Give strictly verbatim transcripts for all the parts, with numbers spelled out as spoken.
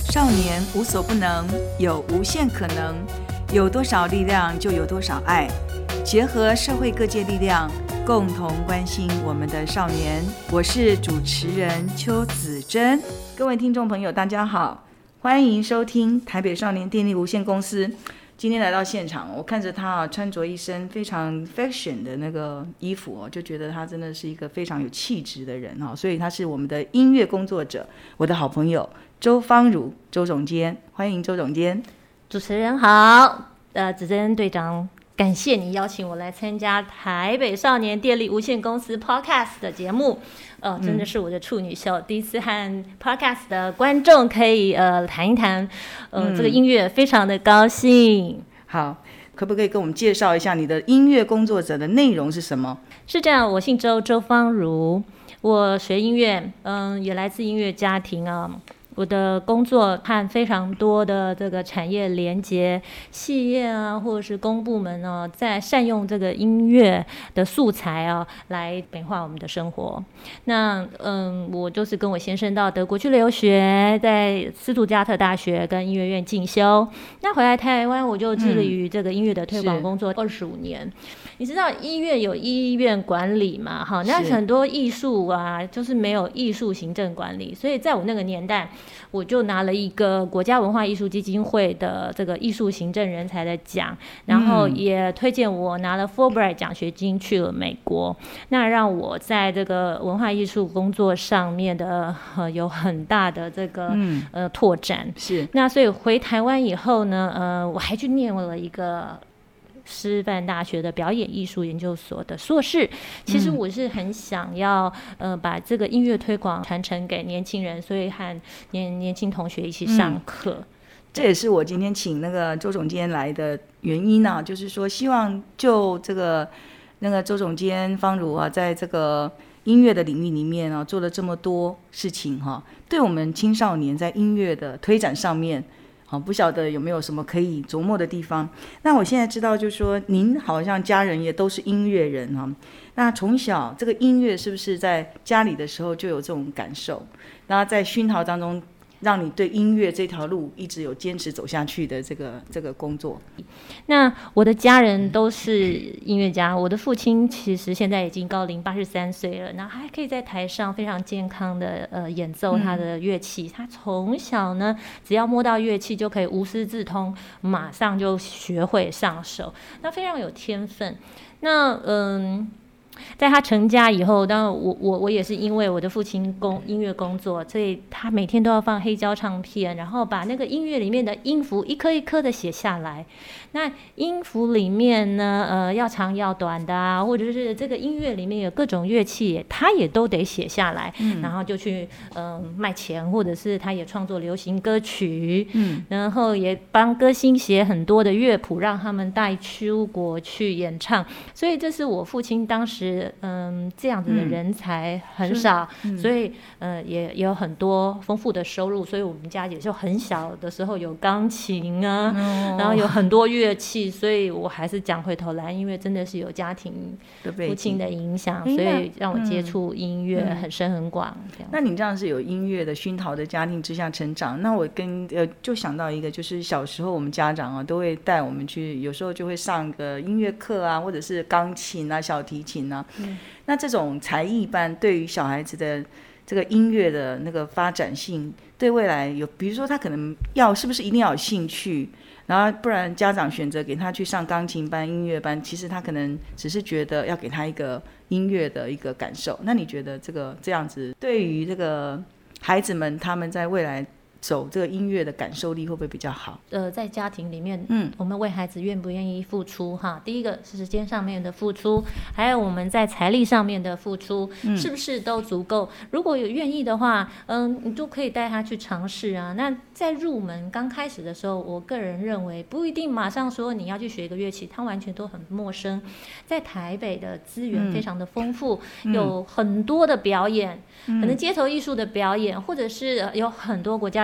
少年无所不能，有无限可能，有多少力量就有多少爱，结合社会各界力量，共同关心我们的少年。我是主持人邱子珍。各位听众朋友大家好，欢迎收听台北少年电力无限公司。今天来到现场，我看着他啊，穿着一身非常 fashion 的那个衣服哦，就觉得他真的是一个非常有气质的人哦，所以他是我们的音乐工作者，我的好朋友周芳如周总监，欢迎周总监。 主持人好，呃，子珍队长，感谢你邀请我来参加台北少年电力无限公司 Podcast 的节目。呃，真的是我的处女秀，嗯、第一次和 Podcast 的观众可以呃谈一谈，呃、嗯，这个音乐非常的高兴。 好，可不可以跟我们介绍一下你的音乐工作者的内容是什么？ 是这样，我姓周，周芳如，我学音乐，嗯，也来自音乐家庭啊。我的工作和非常多的这个产业连接企业啊，或者是公部门呢、啊，在善用这个音乐的素材啊，来美化我们的生活。那嗯，我就是跟我先生到德国去留学，在斯图加特大学跟音乐院进修。那回来台湾，我就致力于这个音乐的推广工作二十五年。嗯、你知道医院有医院管理嘛？哈，那很多艺术啊，就是没有艺术行政管理，所以在我那个年代。我就拿了一个国家文化艺术基金会的这个艺术行政人才的奖，然后也推荐我拿了 Fulbright 奖学金去了美国，那让我在这个文化艺术工作上面的、呃、有很大的这个、嗯、呃拓展。 是， 那所以回台湾以后呢，呃，我还去念了一个。师范大学的表演艺术研究所的硕士，其实我是很想要、嗯、呃把这个音乐推广传承给年轻人，所以和年年轻同学一起上课、嗯。 这也是我今天请那个周总监来的原因啊，就是说希望就这个那个周总监芳如啊，在这个音乐的领域里面啊，做了这么多事情哈、啊，对我们青少年在音乐的推展上面。好，不晓得有没有什么可以琢磨的地方。那我现在知道，就是说您好像家人也都是音乐人哈。那从小这个音乐是不是在家里的时候就有这种感受？然后在熏陶当中，让你对音乐这条路一直有坚持走下去的这个这个工作。 那我的家人都是音乐家，我的父亲其实现在已经高龄八十三岁了，那还可以在台上非常健康的呃演奏他的乐器、嗯。他从小呢，只要摸到乐器就可以无师自通，马上就学会上手，那非常有天分。那嗯。在他成家以后，当然我我我也是因为我的父亲工音乐工作，所以他每天都要放黑胶唱片，然后把那个音乐里面的音符一颗一颗的写下来。那音符里面呢，呃，要长要短的啊，或者是这个音乐里面有各种乐器，他也都得写下来，嗯、然后就去嗯、呃、卖钱，或者是他也创作流行歌曲，嗯，然后也帮歌星写很多的乐谱，让他们带出国去演唱。所以这是我父亲当时。嗯，这样子的人才很少，嗯、所以呃也也有很多丰富的收入，所以我们家也就很小的时候有钢琴啊、哦，然后有很多乐器，所以我还是讲回头来，因为真的是有家庭父亲的影响，所以让我接触音乐很深很广、嗯。 那你这样是有音乐的熏陶的家庭之下成长，那我跟呃就想到一个，就是小时候我们家长啊都会带我们去，有时候就会上个音乐课啊，或者是钢琴啊、小提琴啊。嗯、那这种才艺班对于小孩子的这个音乐的那个发展性，对未来有，比如说他可能要是不是一定要有兴趣，然后不然家长选择给他去上钢琴班、音乐班，其实他可能只是觉得要给他一个音乐的一个感受。那你觉得这个这样子对于这个孩子们他们在未来走这个音乐的感受力会不会比较好？ 呃，在家庭里面，嗯，我们为孩子愿不愿意付出哈？第一个是时间上面的付出，还有我们在财力上面的付出，嗯、是不是都足够？如果有愿意的话，嗯，你就可以带他去尝试啊。那在入门刚开始的时候，我个人认为不一定马上说你要去学一个乐器，他完全都很陌生。在台北的资源非常的丰富，嗯、有很多的表演，嗯、可能街头艺术的表演，或者是有很多国家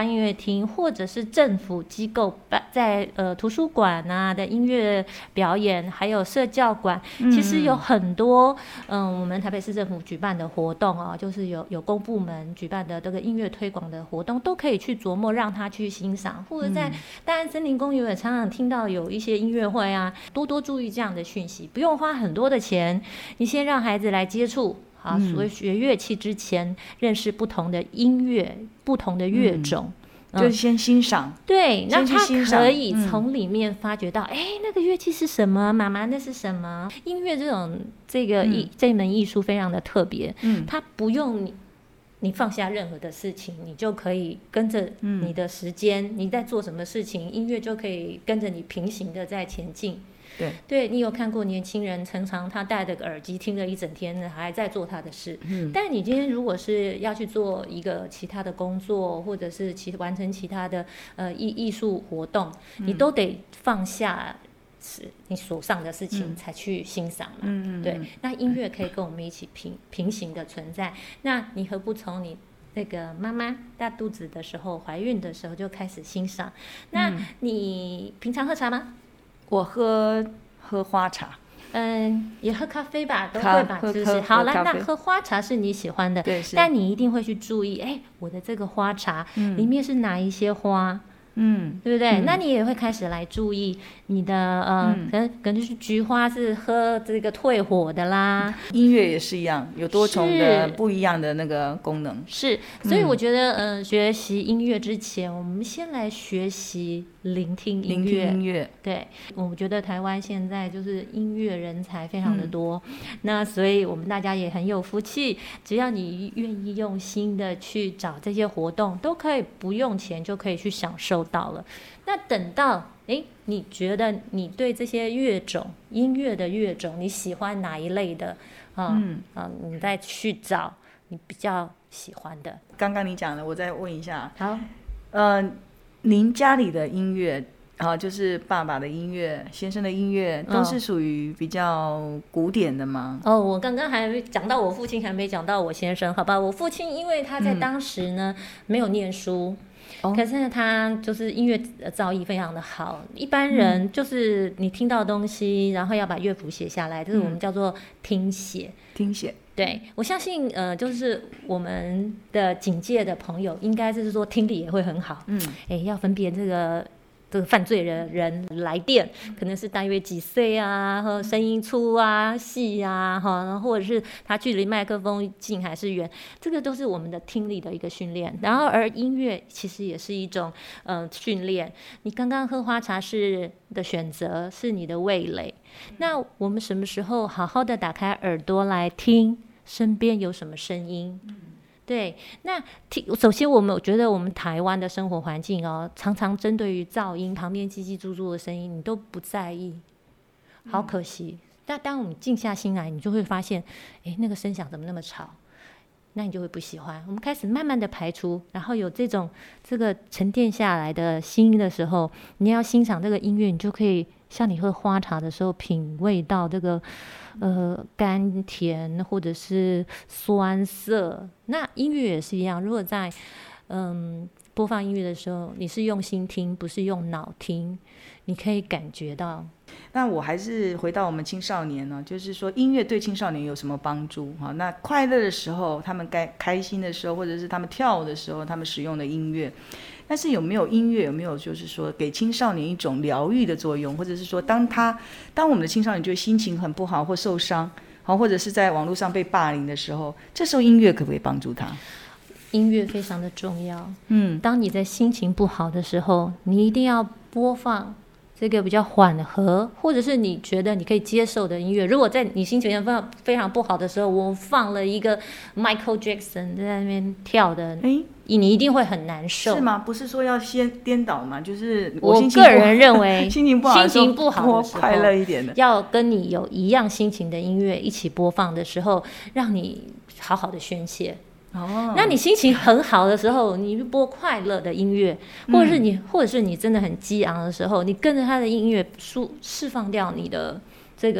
湾音乐厅，或者是政府机构在呃图书馆啊的音乐表演，还有社教馆， 嗯、 其实有很多嗯我们台北市政府举办的活动啊，就是有有公部门举办的这个音乐推广的活动，都可以去琢磨让他去欣赏，或者在大安森林公园也常常听到有一些音乐会啊，多多注意这样的讯息，不用花很多的钱，你先让孩子来接触。啊，所谓学乐器之前，认识不同的音乐、不同的乐种， 嗯嗯、就是先欣赏。 对，那他可以嗯、 从里面发掘到，哎、嗯，那个乐器是什么？妈妈那是什么？音乐这种这个艺、嗯、这门艺术非常的特别，嗯，它不用你你放下任何的事情，你就可以跟着你的时间，嗯、你在做什么事情，音乐就可以跟着你平行的在前进。 对， 对，你有看过年轻人常常他戴着个耳机听了一整天，还在做他的事。嗯，但你今天如果是要去做一个其他的工作，或者是其完成其他的呃艺艺术活动，嗯、你都得放下你手上的事情才去欣赏嘛。嗯，对，那音乐可以跟我们一起平平行的存在。那你何不从你那个妈妈大肚子的时候、怀孕的时候就开始欣赏？那你平常喝茶吗？ 我喝喝花茶， 嗯，也喝咖啡吧，都会吧，是不是？好，来，那喝花茶是你喜欢的， 对， 但你一定会去注意，哎，我的这个花茶、嗯、里面是哪一些花？嗯，对不对？嗯、那你也会开始来注意你的呃，嗯、可能可能就是菊花是喝这个退火的啦。 音乐也是一样，有多重的不一样的那个功能。 是，所以我觉得，嗯、呃，学习音乐之前，我们先来学习聆听音乐。 聆听音乐， 对，我觉得台湾现在就是音乐人才非常的多，嗯、那所以我们大家也很有福气，只要你愿意用心的去找这些活动，都可以不用钱就可以去享受到了。那等到哎，你觉得你对这些乐种音乐的乐种你喜欢哪一类的啊？嗯啊，你再去找你比较喜欢的。 刚刚你讲的，我再问一下。 好， 呃，您家里的音乐啊，就是爸爸的音乐、先生的音乐，都是属于比较古典的吗？ 哦，我刚刚还没讲到我父亲，还没讲到我先生，好吧？我父亲因为他在当时呢、嗯、没有念书。可是他就是音乐造诣非常的好，一般人就是你听到的东西，然后要把乐谱写下来，这是我们叫做听写。 听写， 对，我相信呃，就是我们的警戒的朋友，应该就是说听力也会很好。嗯，哎，要分辨这个。这个犯罪的人来电，可能是大约几岁啊，和声音粗啊、细啊，哈，或者是他距离麦克风近还是远，这个都是我们的听力的一个训练。然后，而音乐其实也是一种呃训练。你刚刚喝花茶是的选择，是你的味蕾。那我们什么时候好好的打开耳朵来听身边有什么声音？对，那首先我们我觉得我们台湾的生活环境哦，常常针对于噪音旁边叽叽喳喳的声音，你都不在意，好可惜。但当我们静下心来，你就会发现，哎，那个声响怎么那么吵？那你就会不喜欢。我们开始慢慢的排除，然后有这种这个沉淀下来的心的时候，你要欣赏这个音乐，你就可以像你喝花茶的时候，品味到这个。呃，甘甜或者是酸涩，那音乐也是一样。如果在嗯播放音乐的时候，你是用心听，不是用脑听，你可以感觉到。 那我还是回到我们青少年呢，就是说音乐对青少年有什么帮助？哈，那快乐的时候，他们该开心的时候，或者是他们跳舞的时候，他们使用的音乐。但是有没有音乐有没有就是说给青少年一种疗愈的作用，或者是说当他当我们的青少年觉得心情很不好或受伤，好，或者是在网络上被霸凌的时候，这时候音乐可不可以帮助他？ 音乐非常的重要。嗯，当你在心情不好的时候，你一定要播放这个比较缓和，或者是你觉得你可以接受的音乐。如果在你心情非常非常不好的时候，我放了一个 Michael Jackson 在那边跳的，哎，你一定会很难受。 是吗？不是说要先颠倒吗？就是我个人认为， 心情不好的时候， 心情不好的时候， 快乐一点的， 要跟你有一样心情的音乐一起播放的时候，让你好好的宣泄。哦，那你心情很好的时候，你播快乐的音乐，或者是你，嗯、或者是你真的很激昂的时候，你跟着他的音乐释释放掉你的这个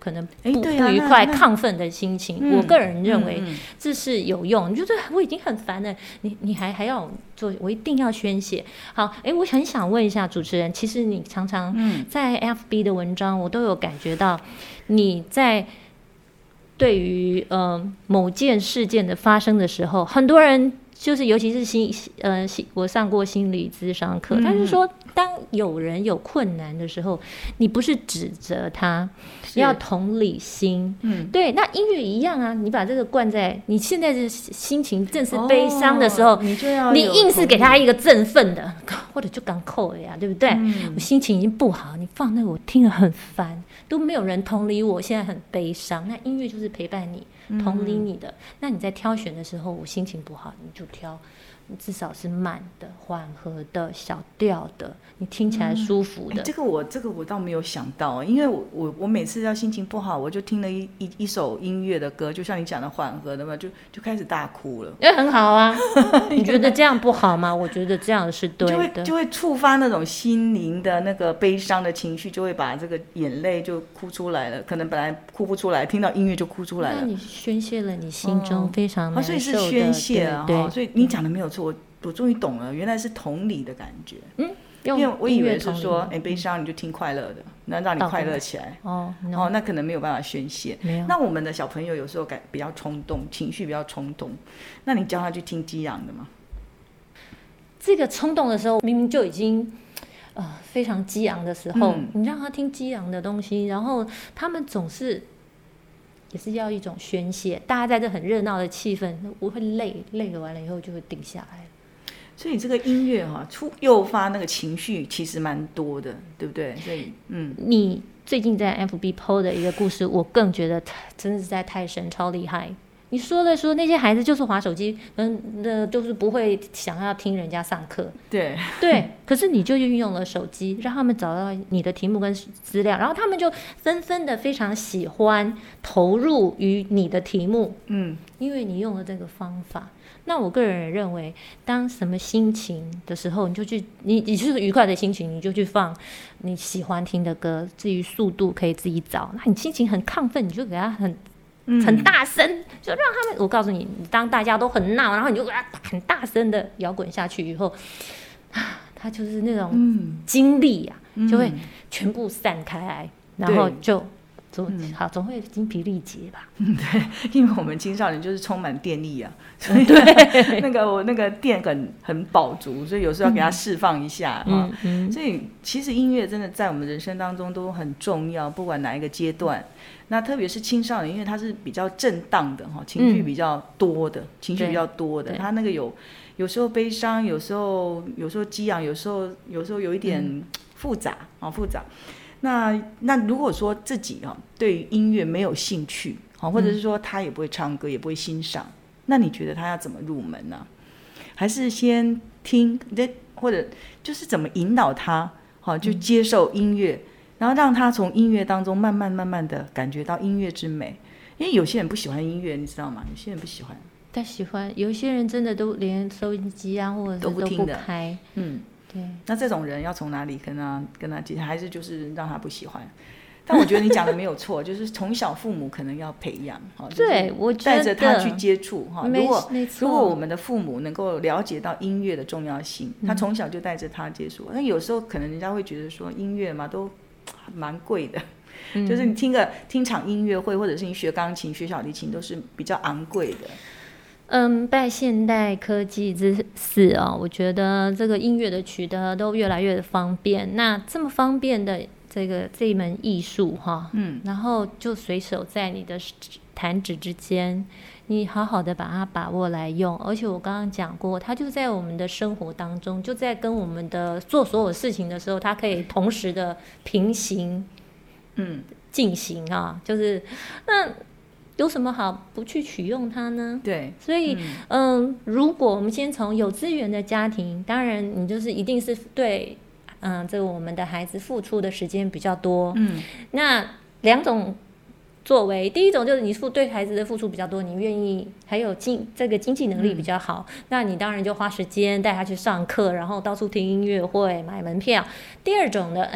可能不、 对啊、 不愉快、亢奋的心情、嗯。我个人认为这是有用。嗯嗯、你就是我已经很烦了，你你还还要做，我一定要宣泄。好，哎，我很想问一下主持人，其实你常常在 F B 的文章，我都有感觉到你在对于呃某件事件的发生的时候，很多人。就是尤其是心呃，我上过心理咨商课，他是说，当有人有困难的时候，你不是指责他，要同理心。嗯，对，那音乐一样啊，你把这个灌在你现在的心情正是悲伤的时候，哦、你就要你硬是给他一个振奋的，或者就刚扣了呀，对不对？嗯、我心情已经不好，你放那个我听了很烦，都没有人同理我，现在很悲伤。那音乐就是陪伴你。同理你的、嗯，那你在挑选的时候，我心情不好，你就挑至少是慢的、缓和的、小调的，你听起来舒服的。嗯欸、这个我这个我倒没有想到，因为我我我每次要心情不好，我就听了一一一首音乐的歌，就像你讲的缓和的嘛，就就开始大哭了。 哎，很好啊，你觉得这样不好吗？我觉得这样是对的， 就会就会触发那种心灵的那个悲伤的情绪，就会把这个眼泪就哭出来了。可能本来哭不出来，听到音乐就哭出来了。 那你宣泄了你心中非常难受的、 哦哦、所以是宣泄啊， 对对， 所以你讲的没有错。我我终于懂了，原来是同理的感觉。嗯，因为我以为是说，哎，悲伤你就听快乐的，那让你快乐起来。哦， no. 哦，那可能没有办法宣泄。那我们的小朋友有时候感比较冲动，情绪比较冲动，那你教他去听激昂的吗？ 这个冲动的时候，明明就已经呃非常激昂的时候、嗯，你让他听激昂的东西，然后他们总是。也是要一种宣泄，大家在这很热闹的气氛，我会累，累了完了以后就会定下来。 所以这个音乐哈、啊，出诱发那个情绪其实蛮多的，对不对？所以，嗯， 你最近在 F B P O 的一个故事，我更觉得真的是在太神，超厉害。你说的说那些孩子就是滑手机，嗯，那就是不会想要听人家上课， 对对。可是你就运用了手机，让他们找到你的题目跟资料，然后他们就纷纷的非常喜欢投入于你的题目，嗯，因为你用了这个方法。那我个人认为，当什么心情的时候，你就去，你你是愉快的心情，你就去放你喜欢听的歌。至于速度可以自己找。那你心情很亢奋，你就给他很。很大声，就让他们。我告诉你，当大家都很闹，然后你就给他很大声的摇滚下去以后，啊，他就是那种精力啊，嗯、就会全部散开来，嗯、然后就总好总会精疲力竭吧。 嗯，对，因为我们青少年就是充满电力啊，所以对那个我那个电很很饱足，所以有时候要给他释放一下、嗯啊嗯、所以其实音乐真的在我们人生当中都很重要，不管哪一个阶段。那特别是青少年，因为他是比较震荡的哈，情绪比较多的，嗯、情绪比较多的，他那个有有时候悲伤，有时候有时候激昂，有时候有时候有一点复杂啊、嗯、复杂。那那如果说自己啊对于音乐没有兴趣啊，或者是说他也不会唱歌，也不会欣赏，那你觉得他要怎么入门呢、啊？还是先听，或者就是怎么引导他好就接受音乐？嗯，然后让他从音乐当中慢慢慢慢的感觉到音乐之美，因为有些人不喜欢音乐，你知道吗？有些人不喜欢， 但喜欢。有些人真的都连收音机啊，或者是都不听的， 嗯，对。那这种人要从哪里跟他跟他接？还是就是让他不喜欢？但我觉得你讲的没有错，就是从小父母可能要培养， 对，我觉得带着他去接触哈。如果如果我们的父母能够了解到音乐的重要性，他从小就带着他接触。那、嗯、有时候可能人家会觉得说音乐嘛都蛮贵的、嗯，就是你听个听场音乐会，或者是你学钢琴、学小提琴，都是比较昂贵的。 嗯，拜现代科技之赐啊、哦，我觉得这个音乐的取得都越来越的方便。那这么方便的这个这一门艺术哈，嗯，然后就随手在你的弹指之间，你好好的把它把握来用。而且我刚刚讲过，它就在我们的生活当中，就在跟我们的做所有事情的时候，它可以同时的平行，嗯，进行啊，就是那。有什么好不去取用它呢？ 对， 所以，嗯、呃，如果我们先从有资源的家庭，当然你就是一定是对，嗯、呃，这个我们的孩子付出的时间比较多。嗯，那两种作为，第一种就是你付对孩子的付出比较多，你愿意还有经这个经济能力比较好、嗯，那你当然就花时间带他去上课，然后到处听音乐会、买门票。第二种的，哎。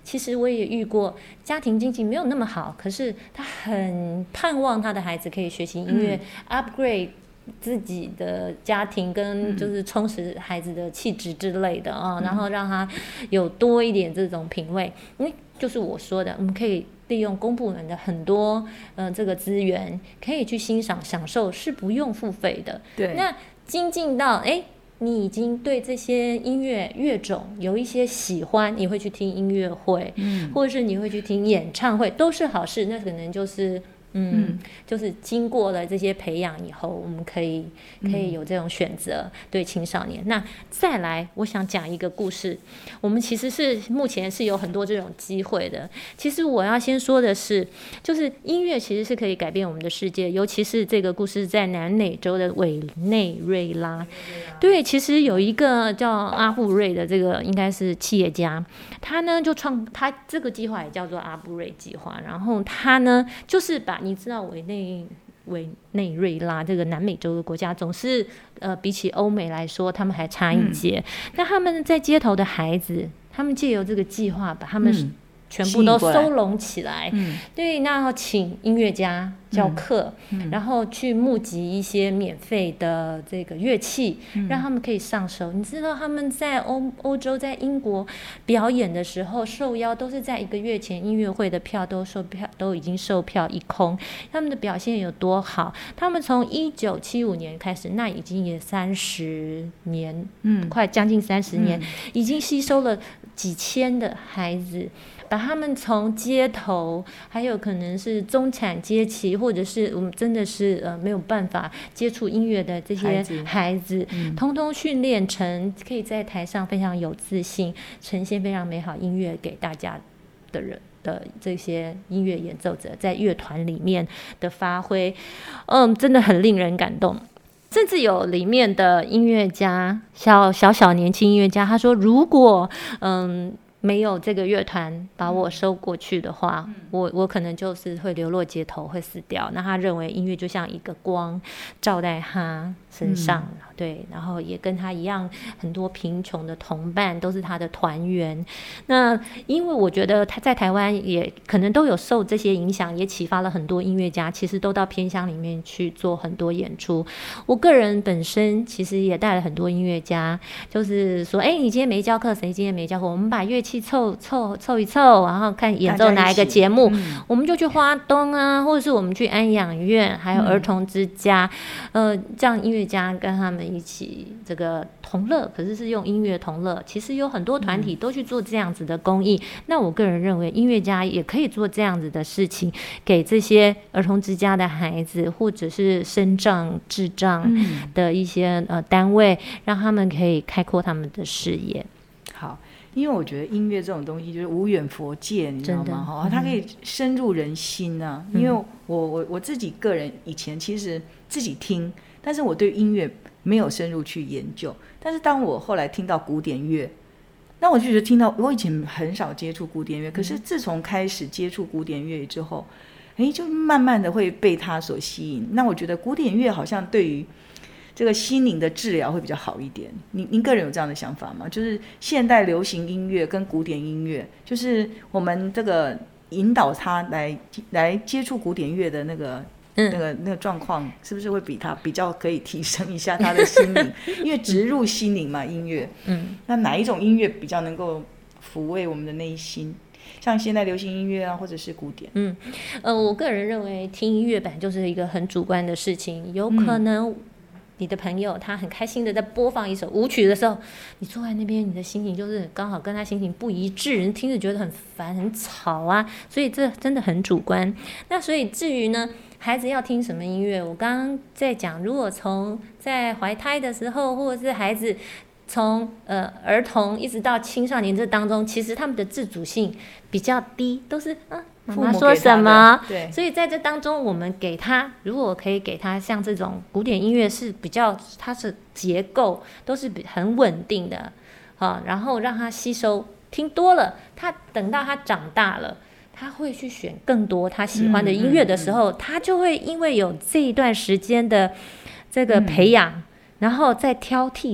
其实我也遇过家庭经济没有那么好，可是他很盼望他的孩子可以学习音乐、嗯、upgrade自己的家庭跟就是充实孩子的气质之类的啊、嗯，然后让他有多一点这种品味。嗯，就是我说的，我们可以利用公部门的很多呃这个资源，可以去欣赏享受，是不用付费的。 对， 那精进到哎。你已经对这些音乐乐种有一些喜欢，你会去听音乐会、嗯、或者是你会去听演唱会，都是好事。那可能就是嗯, 嗯，就是经过了这些培养以后，我们可以可以有这种选择、嗯、对青少年。那再来我想讲一个故事，我们其实是目前是有很多这种机会的。其实我要先说的是，就是音乐其实是可以改变我们的世界，尤其是这个故事在南美洲的委内瑞拉。对，其实有一个叫阿布瑞的这个应该是企业家，他呢就创他这个计划也叫做阿布瑞计划，然后他呢就是把你知道委内委内瑞拉这个南美洲的国家总是呃比起欧美来说他们还差一截、嗯、那他们在街头的孩子，他们借由这个计划把他们、嗯全部都收拢起来，嗯、对，那要请音乐家教课、嗯嗯，然后去募集一些免费的这个乐器、嗯，让他们可以上手。你知道他们在欧欧洲，在英国表演的时候，受邀都是在一个月前，音乐会的票都售票都已经售票一空。他们的表现有多好？他们从一九七五年开始，那已经也三十年，嗯，快将近三十年、嗯，已经吸收了几千的孩子。把他们从街头，还有可能是中产阶级，或者是我们真的是呃没有办法接触音乐的这些孩子，嗯、通通训练成可以在台上非常有自信，呈现非常美好音乐给大家的人的这些音乐演奏者，在乐团里面的发挥，嗯，真的很令人感动。甚至有里面的音乐家，小小小年轻音乐家，他说，如果嗯。没有这个乐团把我收过去的话、嗯、我我可能就是会流落街头，会死掉。那他认为音乐就像一个光照在他身上、嗯、对，然后也跟他一样，很多贫穷的同伴都是他的团员。那因为我觉得他在台湾也可能都有受这些影响，也启发了很多音乐家，其实都到偏乡里面去做很多演出。我个人本身其实也带了很多音乐家，就是说哎，你今天没教课，谁今天没教课，我们把乐器凑凑凑一凑，然后看演奏哪一个节目、嗯、我们就去花东啊，或者是我们去安养院，还有儿童之家、嗯、呃，这样音乐家跟他们一起这个同乐，可是是用音乐同乐。其实有很多团体都去做这样子的公益、嗯、那我个人认为音乐家也可以做这样子的事情，给这些儿童之家的孩子，或者是身障智障的一些、嗯、呃单位，让他们可以开阔他们的视野。 好，因为我觉得音乐这种东西就是无远弗届，你知道吗？嗯、它可以深入人心啊。嗯、因为我我我自己个人以前其实自己听，但是我对音乐没有深入去研究。但是当我后来听到古典乐，那我就觉得听到我以前很少接触古典乐，可是自从开始接触古典乐之后，哎，就慢慢的会被它所吸引。那我觉得古典乐好像对于这个心灵的治疗会比较好一点。您您个人有这样的想法吗？就是现代流行音乐跟古典音乐，就是我们这个引导他来来接触古典乐的那个、嗯、那个那个状况，是不是会比他比较可以提升一下他的心灵？因为植入心灵嘛，音乐。嗯，那哪一种音乐比较能够抚慰我们的内心？像现代流行音乐啊，或者是古典。嗯， 呃，我个人认为听音乐本来就是一个很主观的事情，有可能、嗯。你的朋友他很开心的在播放一首舞曲的时候，你坐在那边，你的心情就是刚好跟他心情不一致，人听着觉得很烦很吵啊，所以这真的很主观。那所以至于呢，孩子要听什么音乐，我刚刚在讲，如果从在怀胎的时候，或者是孩子从呃儿童一直到青少年这当中，其实他们的自主性比较低，都是啊妈妈说什么，对，所以在这当中我们给他，如果可以给他像这种古典音乐是比较，它是结构都是很稳定的、啊、然后让他吸收，听多了，他等到他长大了，他会去选更多他喜欢的音乐的时候、嗯嗯嗯、他就会因为有这一段时间的这个培养、嗯、然后在挑剔上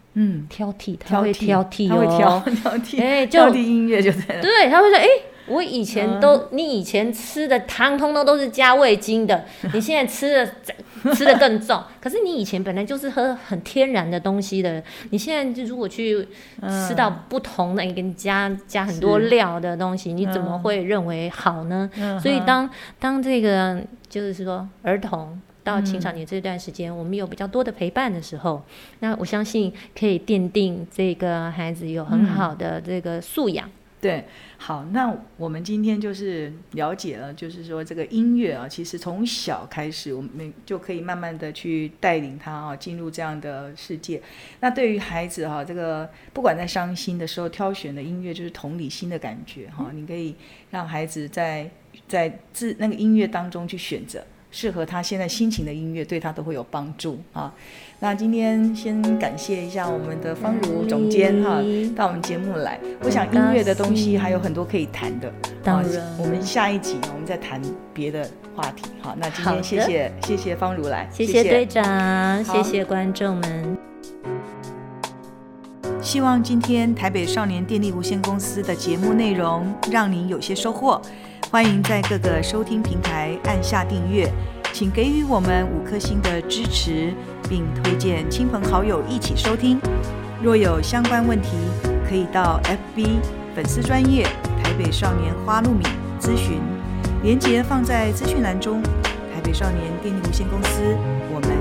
嗯，挑剔，他会挑剔哦， 他会挑挑剔， 哎， 挑剔音乐就对了。 对，他会说，哎，我以前都，嗯、你以前吃的汤通通都是加味精的，你现在吃的吃的更重。可是你以前本来就是喝很天然的东西的，你现在就如果去吃到不同的，你给你加加很多料的东西，你怎么会认为好呢？嗯、所以当当这个就是说儿童到青少年这段时间、嗯、我们有比较多的陪伴的时候，那我相信可以奠定这个孩子有很好的这个素养、嗯、 对。好，那我们今天就是了解了，就是说这个音乐啊，其实从小开始我们就可以慢慢的去带领他啊进入这样的世界。那对于孩子哈、啊，这个不管在伤心的时候挑选的音乐就是同理心的感觉哈、啊，你可以让孩子在在自那个音乐当中去选择适合他现在心情的音乐，对他都会有帮助啊。那今天先感谢一下我们的方如总监哈、啊，到我们节目来。我想音乐的东西还有很多可以谈的， 当然、 啊，我们下一集我们再谈别的话题。好，那今天谢谢谢谢方如来， 谢谢队长，谢谢观众们。 希望今天台北少年电力无限公司的节目内容让您有些收获。欢迎在各个收听平台按下订阅，请给予我们五颗星的支持，并推荐亲朋好友一起收听。若有相关问题，可以到 F B 粉丝专页台北少年花露米咨询，连结放在资讯栏中。台北少年电力无限公司，我们